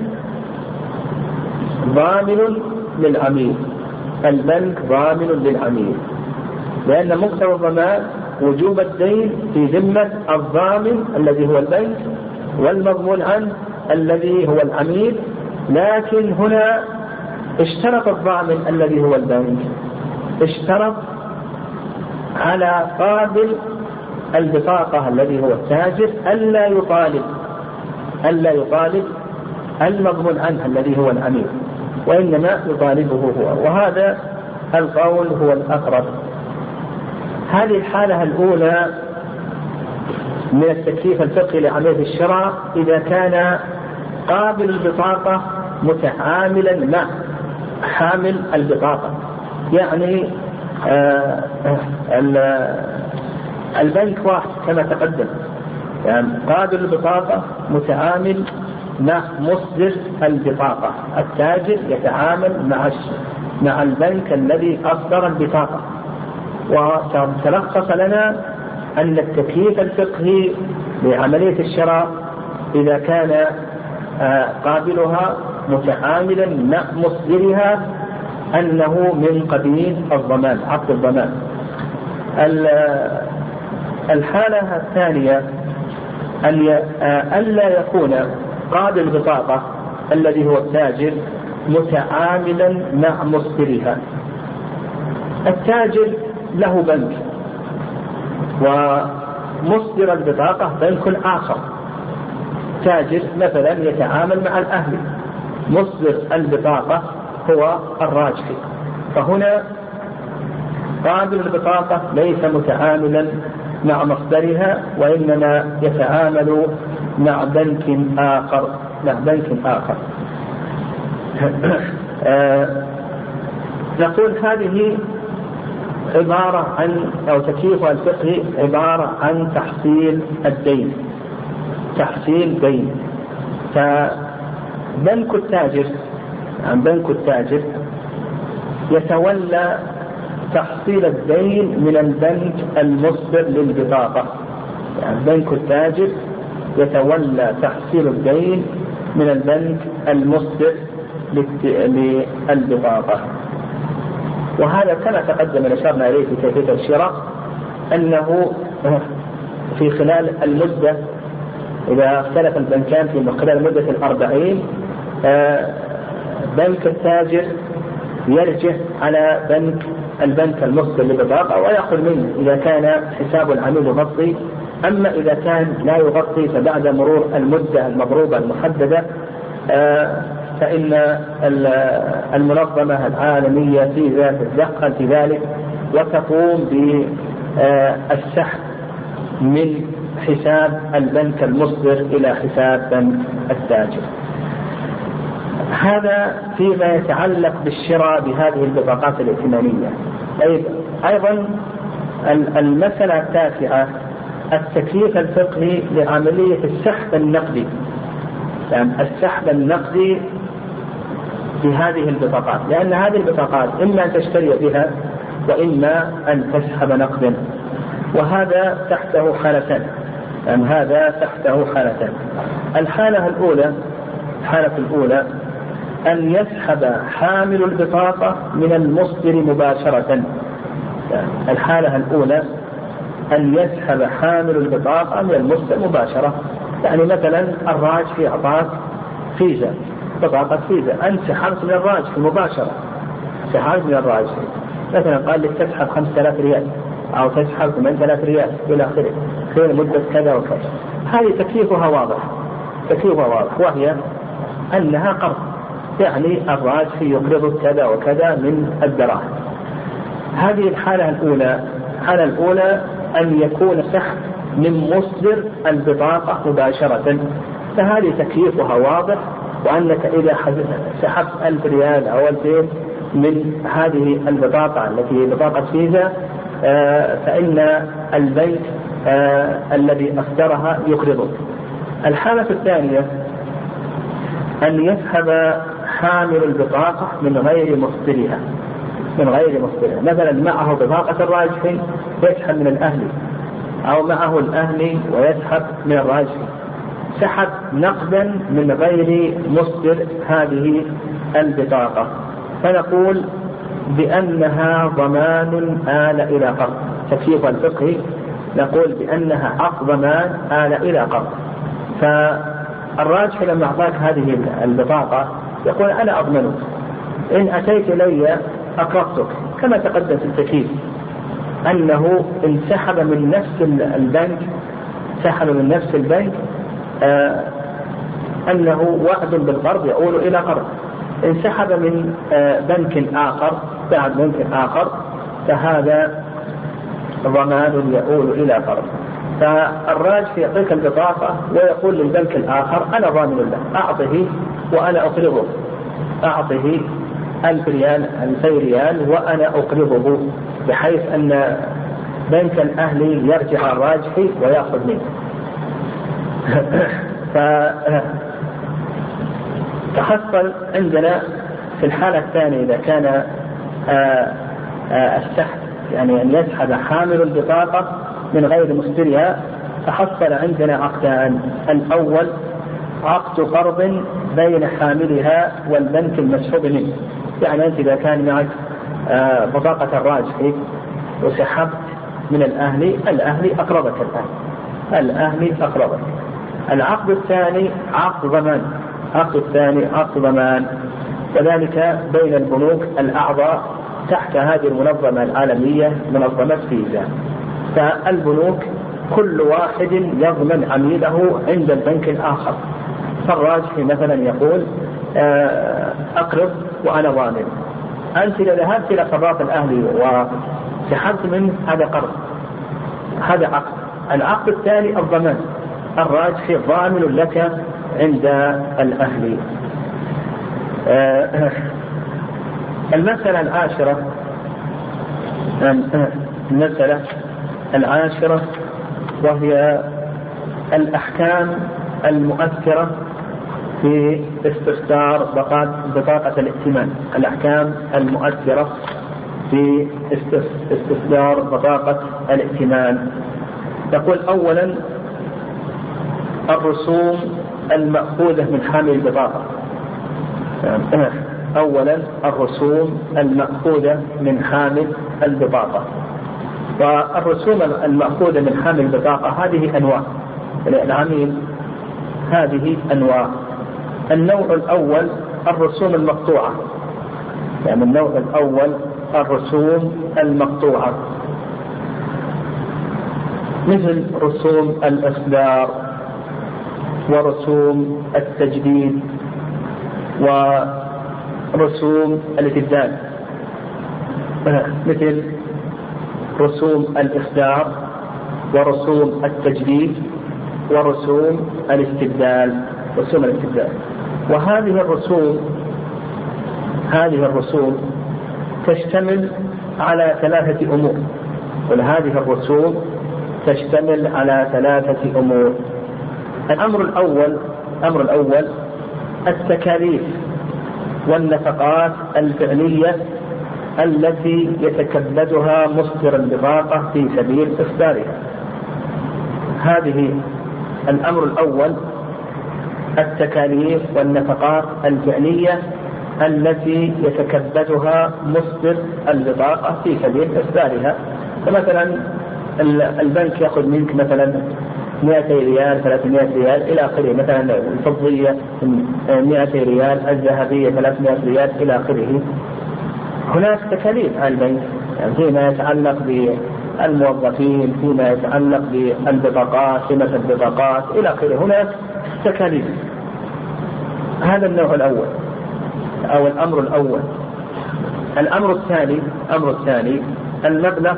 ضامن للعميل، البنك ضامن للعميل، لأن مقتضى الضمان وجوب الدين في ذمة الضامن الذي هو البنك والمضمون عنه الذي هو العميل. لكن هنا اشترط الضامن الذي هو البنك، اشترط على قابل البطاقة الذي هو التاجر ألا يطالب ألا يطالب المضمون عنه الذي هو العميل، وإنما يطالبه هو. وهذا القول هو الأقرب. هذه الحالة الأولى من التكليف الفقهي لعملية الشراء إذا كان قابل البطاقة متعاملا مع حامل البطاقة، يعني آه البنك واحد كما تقدم، يعني قابل البطاقة متعامل مع مصدر البطاقة، التاجر يتعامل مع مع البنك الذي أصدر البطاقة. وتلخص لنا أن التكليف الفقهي لعملية الشراء إذا كان قابلها متعاملا مع مصدرها أنه من قبيل الضمان، عقد الضمان. الحالة الثانية أن ألا يكون قابل البطاقة الذي هو التاجر متعاملا مع مصدرها. التاجر له بنك ومصدر البطاقة بنك آخر. تاجر مثلا يتعامل مع الأهل، مصدر البطاقة هو الراجحي، فهنا قابل البطاقة ليس متعاملا مع مصدرها، وإنما يتعامل مع بنك آخر مع بنك آخر. نقول هذه عبارة عن أو تكليفها الفقهي عبارة عن تحصيل الدين، تحصيل دين. فبنك التاجر عن بنك التاجر يتولى تحصيل الدين من البنك المصدر للبطاقة، يعني البنك التاجر يتولى تحصيل الدين من البنك المصدر للبطاقة. وهذا كما تقدم أشرنا إليه في كيفية الشراء أنه في خلال المدة إذا اختلف البنكان في خلال مدة الأربعين بنك التاجر يرجع على بنك البنك المصدر للبطاقة ويأخذ منه إذا كان حساب العميل يغطي. أما إذا كان لا يغطي فبعد مرور المدة المضروبة المحددة فإن المنظمة العالمية في ذات تتدخل في ذلك وتقوم بالسحب من حساب البنك المصدر إلى حساب بنك التاجر. هذا فيما يتعلق بالشراء بهذه البطاقات الائتمانية. أيضا المسألة التاسعة التكليف الفقهي لعملية السحب النقدي، يعني السحب النقدي بهذه البطاقات، لأن هذه البطاقات إما أن تشتري بها وإما أن تسحب نقدا، وهذا تحته حالتان، يعني هذا تحته حالتان. الحالة الأولى الحالة الأولى أن يسحب حامل البطاقة من المصدر مباشرة. يعني الحالة الأولى أن يسحب حامل البطاقة من المصدر مباشرة، يعني مثلا الراجحي أعطاك فيزا، بطاقة فيزا، أنت سحبت من الراجحي مباشرة، سحبت من الراجحي مثلا قال لك تسحب خمسة آلاف ريال أو تسحب ثمانية آلاف ريال إلى آخره خلال مدة كذا وكذا. هذه تكليفها واضح، تكليفها واضح، وهي أنها قرض، يعني الراجحي يقرض كذا وكذا من الدراهم. هذه الحالة الأولى. الحالة الأولى أن يكون سحب من مصدر البطاقة مباشرة، فهذه تكليفها واضح، وأنك إذا سحبت ألف ريال أو ألفين من هذه البطاقة التي هي بطاقة فيزا فإن البنك الذي أصدرها يقرضه. الحالة الثانية أن يسحب حامل البطاقة من غير مصدرها، من غير مصدرها، مثلا معه بطاقة الراجحي يسحب من الأهلي، أو معه الأهلي ويسحب من الراجحي، سحب نقدا من غير مصدر هذه البطاقة، فنقول بأنها ضمان آل إلى قرض. تكليف الفقهي نقول بأنها عقد ضمان آل إلى قرض. فالراجحي لما أعطاك هذه البطاقة يقول أنا أضمنك، إن أتيت إلي أقرضتك، كما تقدم في التكليف أنه إن سحب من نفس البنك سحب من نفس البنك آه أنه وعد بالقرض يؤول إلى قرض. إن سحب من آه بنك آخر بعد بنك آخر فهذا ضمان يؤول إلى قرض. فالراجح يعطيك البطاقة ويقول للبنك الآخر أنا ضامن له، أعطه وأنا أقرضه، أعطه ألف ريال ألفي ريال وأنا أقرضه، بحيث أن بنك الأهلي يرجع الراجحي ويأخذ منه. فتحصل عندنا في الحالة الثانية إذا كان السحب يعني أن يسحب حامل البطاقة من غير مصدرها، تحصل عندنا عقدان. الأول عقد قرض بين حاملها والبنك المسحوب منه، يعني أنت إذا كان معك بطاقة الراجحي وسحبت من الأهلي، الأهلي أقرضك الآن، الأهلي أقرضك. العقد الثاني عقد ضمان، عقد الثاني عقد ضمان، وذلك بين البنوك الأعضاء تحت هذه المنظمة العالمية منظمة فيزا. فالبنوك كل واحد يضمن عميله عند البنك الآخر. فالراجحي مثلا يقول أقرض وأنا ضامن، أنت إذا ذهبت إلى قضاء الأهلي وسحبت منه هذا قرض، هذا عقد. العقد الثاني الضمان، الراجحي ضامن لك عند الأهلي. المسألة العاشرة المسألة العاشرة وهي الأحكام المؤثرة في استصدار بطاقة الائتمان. الأحكام المؤثرة في استصدار بطاقة الائتمان. نقول أولا الرسوم المأخوذة من حامل البطاقة. أولا الرسوم المأخوذة من حامل البطاقة. والرسوم المأخوذة من حامل البطاقة هذه أنواع العميل، هذه أنواع. النوع الأول الرسوم المقطوعة، يعني النوع الأول الرسوم المقطوعة مثل رسوم الإصدار ورسوم التجديد ورسوم الاستبدال. مثل رسوم الإصدار ورسوم التجديد ورسوم الاستبدال رسوم الاستبدال. وهذه الرسوم هذه الرسوم تشتمل على ثلاثة أمور. وهذه الرسوم تشتمل على ثلاثة أمور. الأمر الأول الأمر الأول التكاليف والنفقات الفعلية التي يتكبدها مصدر البطاقة في سبيل إصدارها. هذه الأمر الأول التكاليف والنفقات الفعلية التي يتكبدها مصدر البطاقة في سبيل إصدارها. فمثلا البنك يأخذ منك مثلا مئتي ريال، ثلاثمائة ريال إلى آخره، مثلا الفضية مئتي ريال، الذهبية ثلاثمائة ريال إلى آخره. هناك تكاليف على البنك، يعني فيما يتعلق بالموظفين، فيما يتعلق بالبطاقات، قيمة البطاقات إلى آخره، هناك تكاليف. هذا النوع الأول أو الأمر الأول. الأمر الثاني الأمر الثاني المبلغ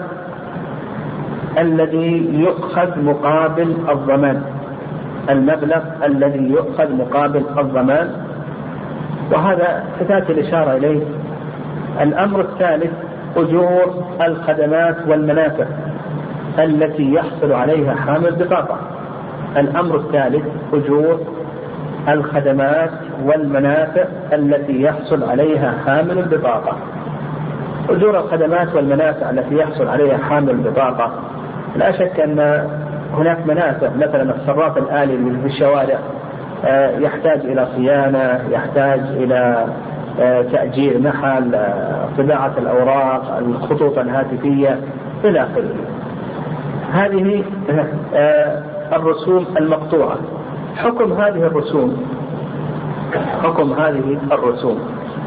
الذي يؤخذ مقابل الضمان. المبلغ الذي يؤخذ مقابل الضمان، وهذا ستأتي الإشارة إليه. الأمر الثالث أجور الخدمات والمنافع التي يحصل عليها حامل البطاقة. الأمر الثالث أجور الخدمات والمنافع التي يحصل عليها حامل البطاقة. أجور الخدمات والمنافع التي يحصل عليها حامل البطاقة، لا شك أن هناك منافع، مثلا الصراف الآلي في الشوارع يحتاج إلى صيانة، يحتاج إلى تأجير محل، طباعة الأوراق، الخطوط الهاتفية إلى آخره. هذه الرسوم المقطوعة. حكم هذه الرسوم حكم هذه الرسوم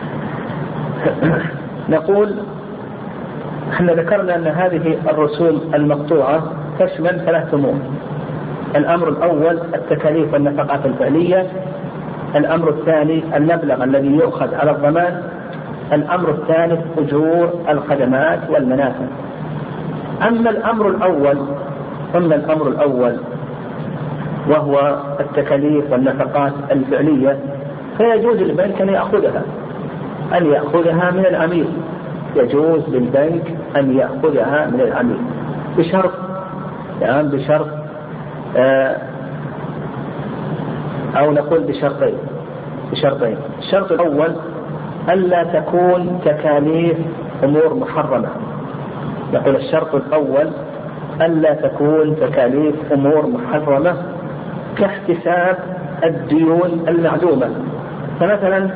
نقول احنا ذكرنا أن هذه الرسوم المقطوعة تشمل ثلاث أمور. الأمر الأول التكاليف والنفقات الفعلية. الأمر الثاني المبلغ الذي يؤخذ على الضمان. الأمر الثالث أجور الخدمات والمنافع. أما الأمر الأول أما الأمر الأول وهو التكاليف والنفقات الفعلية، فيجوز للبنك أن يأخذها أن يأخذها من العميل. يجوز للبنك أن يأخذها من العميل بشرط، يعني بشرط أو نقول بشرطين بشرطين الشرط الأول ألا تكون تكاليف أمور محرمة. نقول الشرط الأول ألا تكون تكاليف أمور محرمة كاحتساب الديون المعدومة. فمثلا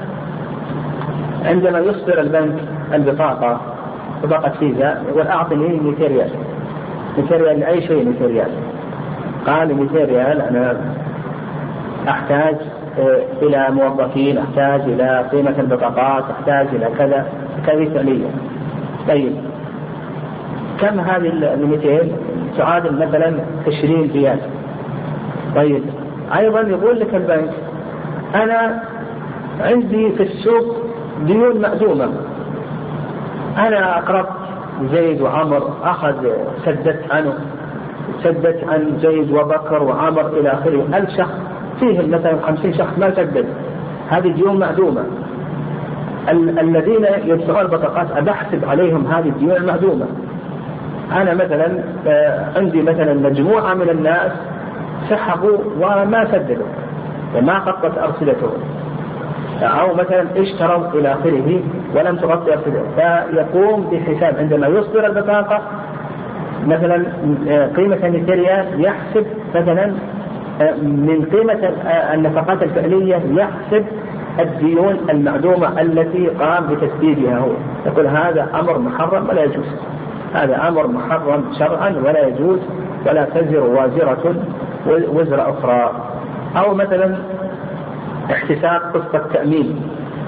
عندما يصدر البنك البطاقة بطاقة فيزا يقول أعطني مئتين ريال مئتين ريال لأي شيء مئتين ريال. قال مئتين ريال أنا أحتاج إلى موظفين، أحتاج إلى قيمة البطاقات، أحتاج إلى كذا كذا فعليا. طيب كم هذه المئتين؟ تعادل مثلا عشرين ريال. طيب أيضا يقول لك البنك أنا عندي في السوق ديون مأدومة، أنا أقرضت زيد وعمر أخذ سددت عنه سددت عن زيد وبكر وعمر إلى آخره ألف شخص، فيهم مثلا خمسين شخص ما سدد، هذه ديون معدومة. ال- الذين يدفعون البطاقات أبحسب عليهم هذه الديون المعدومة. أنا مثلا عندي مثلا مجموعة من الناس سحبوا وما سددوا وما خطت أرصدتهم، أو مثلا اشتروا إلى آخره ولم تغطي ارتداد، فيقوم بحساب عندما يصدر البطاقة مثلا قيمة مئتين ريال، يحسب مثلا من قيمة النفقات الفعلية يحسب الديون المعدومة التي قام بتسديدها هو. يقول هذا أمر محرم ولا يجوز، هذا أمر محرم شرعا ولا يجوز، ولا تزر وازرة وزر أخرى. أو مثلا احتساب قسط التأمين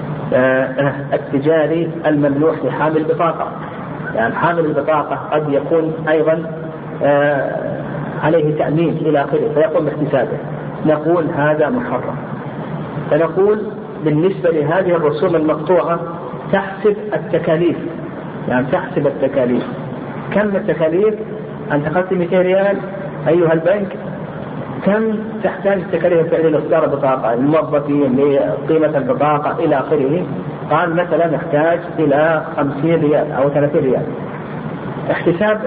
التجاري الممنوح لحامل البطاقة، يعني حامل البطاقة قد يكون أيضا عليه تأمين إلى آخره فيقوم باحتسابه، نقول هذا محرم. فنقول بالنسبة لهذه الرسوم المقطوعة تحسب التكاليف، يعني تحسب التكاليف. كم التكاليف؟ أنت أخذت مئتين ريال أيها البنك، كم تحتاج التكاليف الفعلية لإصدار البطاقة، الموظفين، لقيمة البطاقة إلى آخره؟ قال مثلا نحتاج إلى خمسين ريال أو ثلاثين ريال. احتساب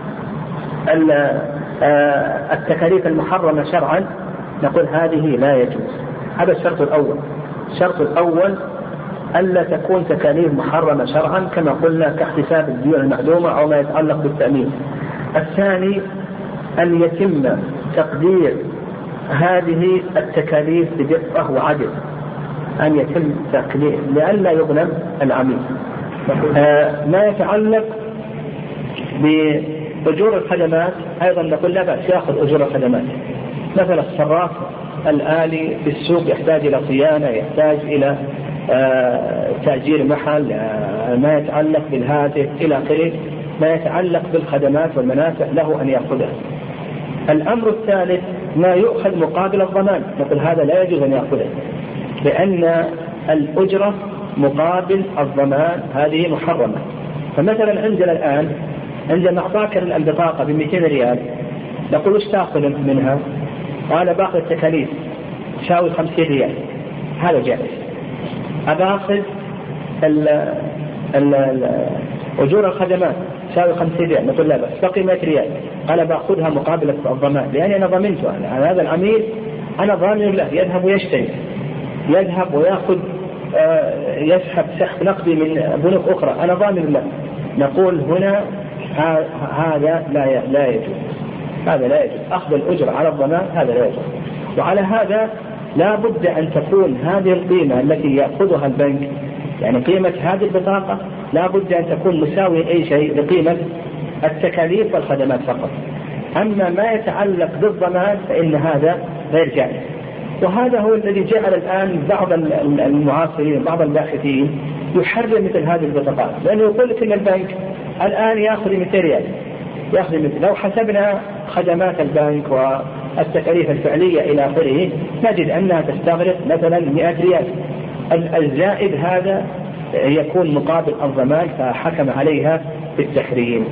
التكاليف المحرمة شرعا نقول هذه لا يجوز. هذا الشرط الأول. الشرط الأول ألا تكون تكاليف محرمة شرعا كما قلنا كاحتساب الديون المعدومة أو ما يتعلق بالتأمين. الثاني أن يتم تقدير هذه التكاليف بدقة وعدل، أن يتم تقدير لئلا يظلم العميل. آه ما يتعلق بأجور الخدمات أيضا نقول لا بأس يأخذ أجور الخدمات. مثلا الصراف الآلي في السوق يحتاج إلى صيانة، يحتاج إلى آه تأجير محل، آه ما يتعلق بالهاتف إلى آخره، ما يتعلق بالخدمات والمنافع له أن يأخذها. الأمر الثالث ما يؤخذ مقابل الضمان، نقول هذا لا يجوز أن يأخذه، لأن الأجرة مقابل الضمان هذه محرمة. فمثلا عندنا الآن عندما أعطاك البطاقة بمئتين ريال نقول وش تأخذ منها؟ قال باخذ التكاليف تساوي خمسين ريال، هذا جائز. أباخذ أجور الخدمات تساوي خمسين ريال، نقول لا بس بقي مئة ريال، أنا بأخذها مقابل الضمان لأني أنا ضمنته. أنا هذا العميل أنا ضامن له، يذهب ويشتري، يذهب ويأخذ آه يسحب سحب نقدي من بنوك أخرى، أنا ضامن له. نقول هنا هذا لا لا يجوز، هذا لا يجوز أخذ الأجرة على الضمان، هذا لا يجوز. وعلى هذا لا بد أن تكون هذه القيمة التي يأخذها البنك، يعني قيمة هذه البطاقة لا بد أن تكون مساوية أي شيء لقيمة التكاليف والخدمات فقط. أما ما يتعلق بالضمان فإن هذا غير جائز. وهذا هو الذي جعل الآن بعض المعاصرين بعض الباحثين يحرم مثل هذه البطاقات، لأنه يقول لك إن البنك الآن يأخذ مئتين ريال، يأخذ مثل لو حسبنا خدمات البنك والتكاليف الفعلية إلى آخره نجد أنها تستغرق مثلا مئة ريال، الزائد هذا يكون مقابل الضمان، فحكم عليها بالتحريم.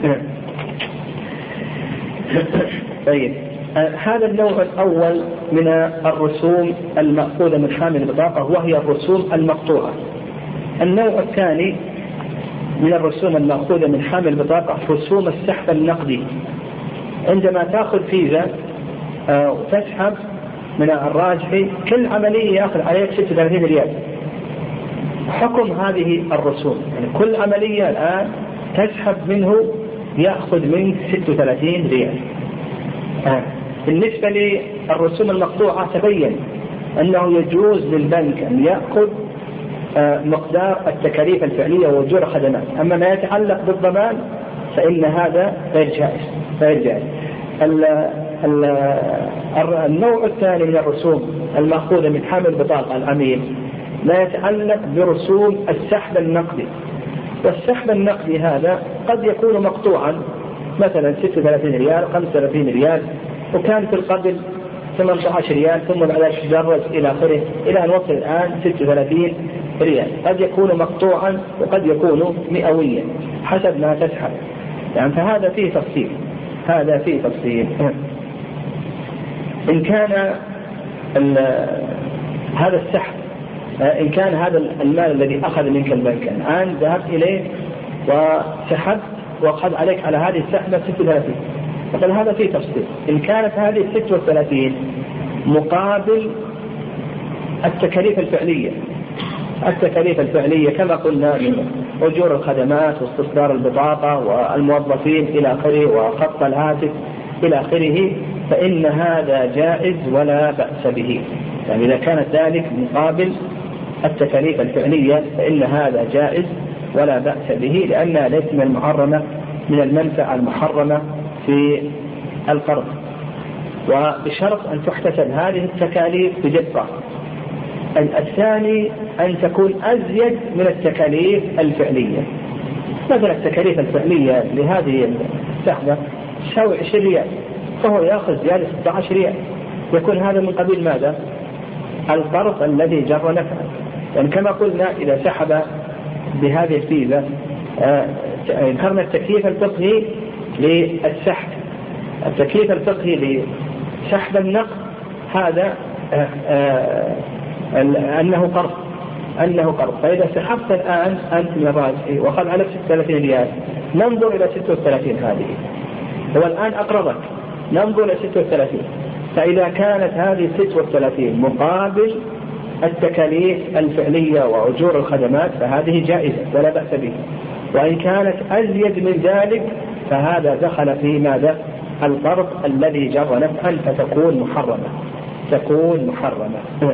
طيب هذا النوع الأول من الرسوم المأخوذة من حامل البطاقة وهي الرسوم المقطوعة. النوع الثاني من الرسوم المأخوذة من حامل البطاقة رسوم السحب النقدي. عندما تأخذ فيزا وتسحب من الراجحي كل عملية يأخذ عليك ستة وثلاثين ريال. حكم هذه الرسوم يعني كل عملية الآن تسحب منه يأخذ منك ستة وثلاثين ريال. آه. بالنسبة للرسوم المقطوعة تبين أنه يجوز للبنك أن يأخذ آه مقدار التكاليف الفعلية وأجور الخدمات، أما ما يتعلق بالضمان فإن هذا غير جائز غير جائز. النوع الثاني من الرسوم المأخوذة من حامل بطاقة العميل لا يتعلق برسوم السحب النقدي. والسحب النقدي هذا قد يكون مقطوعا مثلا ستة وثلاثين ريال خمسة وثلاثين ريال، وكان في القبل ثمانية عشر ريال ثم بعد ذلك تدرج إلى آخره إلى أن وصل الآن ستة وثلاثين ريال. قد يكون مقطوعا وقد يكون مئويا حسب ما تسحب، يعني فهذا فيه تفصيل هذا فيه تفصيل. إن كان هذا السحب إن كان هذا المال الذي أخذ منك البنك الآن ذهبت إليه وسحبت وأخذ عليك على هذه السحبة ستة وثلاثين، فقال هذا فيه تفصيل. إن كانت هذه ستة وثلاثين مقابل التكاليف الفعلية التكاليف الفعلية كما قلنا من أجور الخدمات واستصدار البطاقة والموظفين إلى آخره وخط الهاتف إلى آخره، فإن هذا جائز ولا بأس به. يعني إذا كانت ذلك مقابل التكاليف الفعلية فإن هذا جائز ولا بأس به، لأنها ليست من المحرمة من المنفعة المحرمة في القرض، وبشرط أن تحتسب هذه التكاليف بدقة. الثاني أن تكون أزيد من التكاليف الفعلية. مثلا التكاليف الفعلية لهذه السحبة تساوي عشرين ريال، فهو يأخذ زيادة ستة عشر ريال، يكون هذا من قبيل ماذا؟ القرض الذي جر نفعا. يعني كما قلنا إذا سحب بهذه الفيزا ذكرنا التكليف الفقهي للسحب، التكليف الفقهي لسحب النقد هذا آآ آآ أنه قرض أنه قرض فإذا سحبت الآن أنت من الراجح وأخذ عليك ستة وثلاثين ريال، ننظر إلى ستة وثلاثين هذه، هو الآن أقرضك، ننظر إلى ستة وثلاثين، فإذا كانت هذه ستة وثلاثين مقابل التكاليف الفعلية وأجور الخدمات فهذه جائزة ولا بأس به، وإن كانت أزيد من ذلك فهذا دخل في ماذا؟ القرض الذي جر نفعا فتكون محرمة تكون محرمة.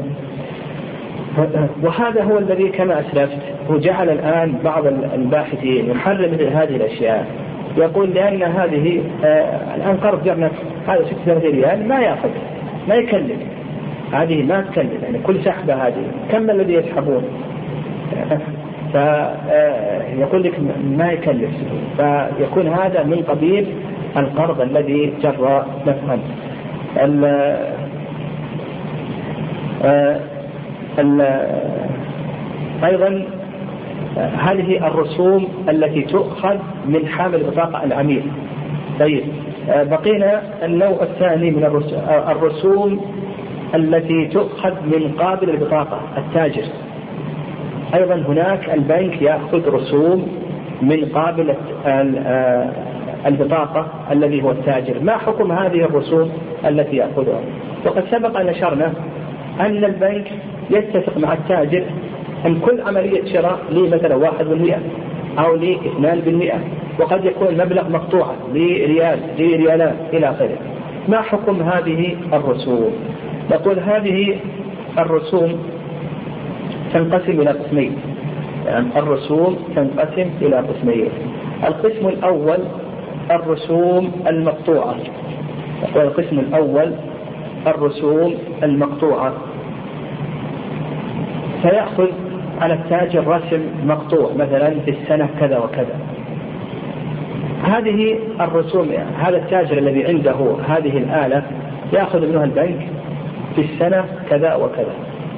وهذا هو الذي كما أسلفت وجعل الآن بعض الباحثين يحرم مثل هذه الأشياء، يقول لأن هذه آه الآن قرض جر نفع هذا ستة وثلاثين ريال ما يأخذ ما يكلف، هذه ما تكلف، يعني كل سحبة هذه كم الذي يسحبون فيقول لك ما يكلف، فيكون هذا من قبيل القرض الذي جر نفعا. أيضا هذه الرسوم التي تؤخذ من حامل بطاقة العميل. طيب بقينا النوع الثاني من الرسوم التي تؤخذ من قابل البطاقة التاجر. أيضا هناك البنك يأخذ رسوم من قابل البطاقة الذي هو التاجر. ما حكم هذه الرسوم التي يأخذها؟ وقد سبق أن أشرنا أن البنك يتفق مع التاجر أن كل عملية شراء لي مثلا واحد بالمئة أو لي اثنان بالمئة، وقد يكون المبلغ مقطوعا لريال لريالات إلى آخره. ما حكم هذه الرسوم؟ نقول هذه الرسوم تنقسم إلى قسمين، يعني الرسوم تنقسم إلى قسمين. القسم الأول الرسوم المقطوعة، والقسم الأول الرسوم المقطوعة، فيأخذ على التاجر رسم مقطوع مثلا في السنة كذا وكذا. هذه الرسوم هذا التاجر الذي عنده هذه الآلة يأخذ منها البنك في السنة كذا وكذا.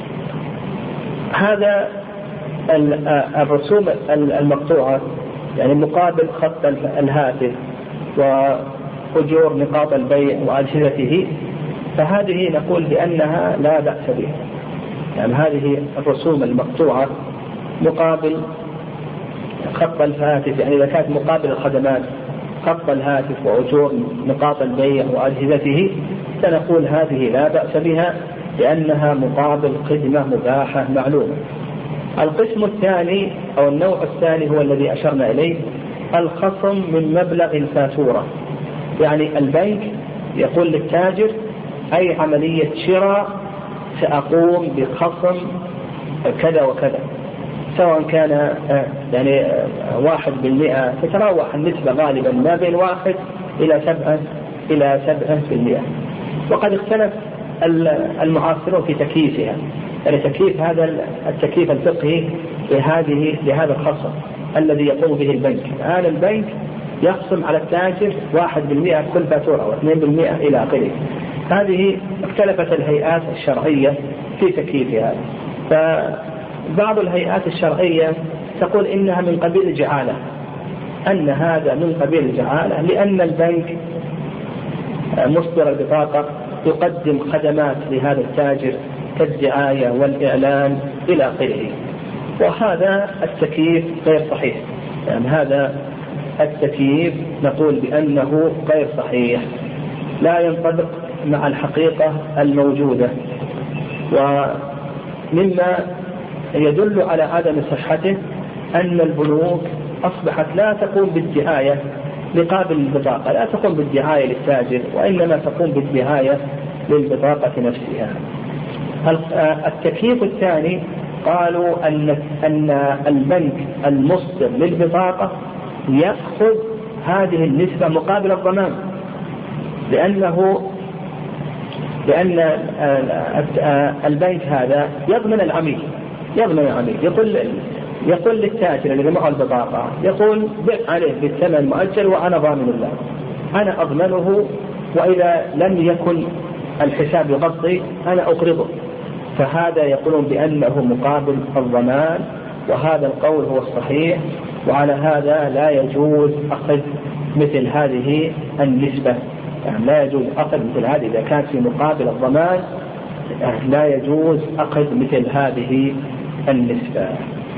هذا الرسوم المقطوعة يعني مقابل خط الهاتف وأجور نقاط البيع وأجهزته، فهذه نقول بأنها لا بأس بها. يعني هذه الرسوم المقطوعة مقابل خط الهاتف، يعني إذا كانت مقابل الخدمات خط الهاتف وأجور نقاط البيع وأجهزته سنقول هذه لا بأس بها لأنها مقابل خدمة مباحة معلومة. القسم الثاني أو النوع الثاني هو الذي أشرنا إليه، الخصم من مبلغ الفاتورة. يعني البنك يقول للتاجر أي عملية شراء سأقوم بخصم كذا وكذا، سواء كان يعني واحد بالمئة، تتراوح النسبة غالبا ما بين واحد إلى سبعة إلى سبعة بالمئة. وقد اختلف المعاصرون في تكييفها، يعني تكييف هذا التكييف الفقهي لهذه لهذا الخصم الذي يقوم به البنك. الآن البنك يخصم على التاجر واحد بالمئة كل فاتورة واثنين بالمئة إلى آخره. هذه اختلفت الهيئات الشرعية في تكييفها، فبعض الهيئات الشرعية تقول إنها من قبيل الجعالة، أن هذا من قبيل الجعالة لأن البنك مصدر البطاقة يقدم خدمات لهذا التاجر كالدعاية والإعلان إلى آخره، وهذا التكييف غير صحيح. يعني هذا التكييف نقول بأنه غير صحيح، لا ينطبق مع الحقيقة الموجودة. ومما يدل على عدم صحته أن البنوك أصبحت لا تقوم بالدعاية لقابل البطاقة، لا تقوم بالدعاية للتاجر، وإنما تقوم بالدعاية للبطاقة نفسها. التكييف الثاني قالوا أن أن البنك المصدر للبطاقة يأخذ هذه النسبة مقابل الضمان، لأنه لأن البنك هذا يضمن العميل يضمن العميل يقول يقول للتاجر اللي معه البطاقة، يقول بيع عليه بالثمن المؤجل وأنا ضامن الله، أنا أضمنه، وإذا لم يكن الحساب يغطي أنا أقرضه. فهذا يقولون بأنه مقابل الضمان، وهذا القول هو الصحيح، وعلى هذا لا يجوز أخذ مثل هذه النسبة، يعني لا يجوز أخذ مثل هذه إذا كانت في مقابل الضمان، لا يجوز أخذ مثل هذه النسبة.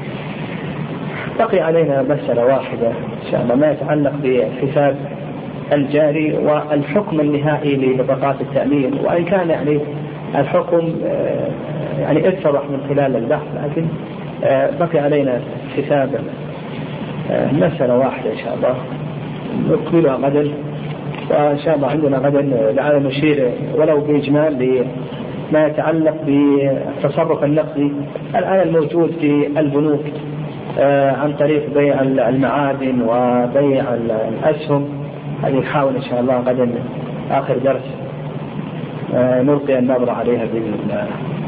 بقي علينا مسألة واحدة إن شاء الله ما يتعلق بحساب الجاري والحكم النهائي لبطاقات التأمين، وإن كان يعني الحكم يعني اتضح من خلال البحث، لكن بقي علينا حساب مسألة واحدة إن شاء الله نكملها غدا، وإن شاء الله عندنا غدا لعل نشير ولو بإجمال لما يتعلق بالتصرف النقدي الآن الموجود في البنوك عن طريق بيع المعادن وبيع الأسهم. هذه نحاول إن شاء الله غدا آخر درس نلقي النظرة عليها بإذن الله.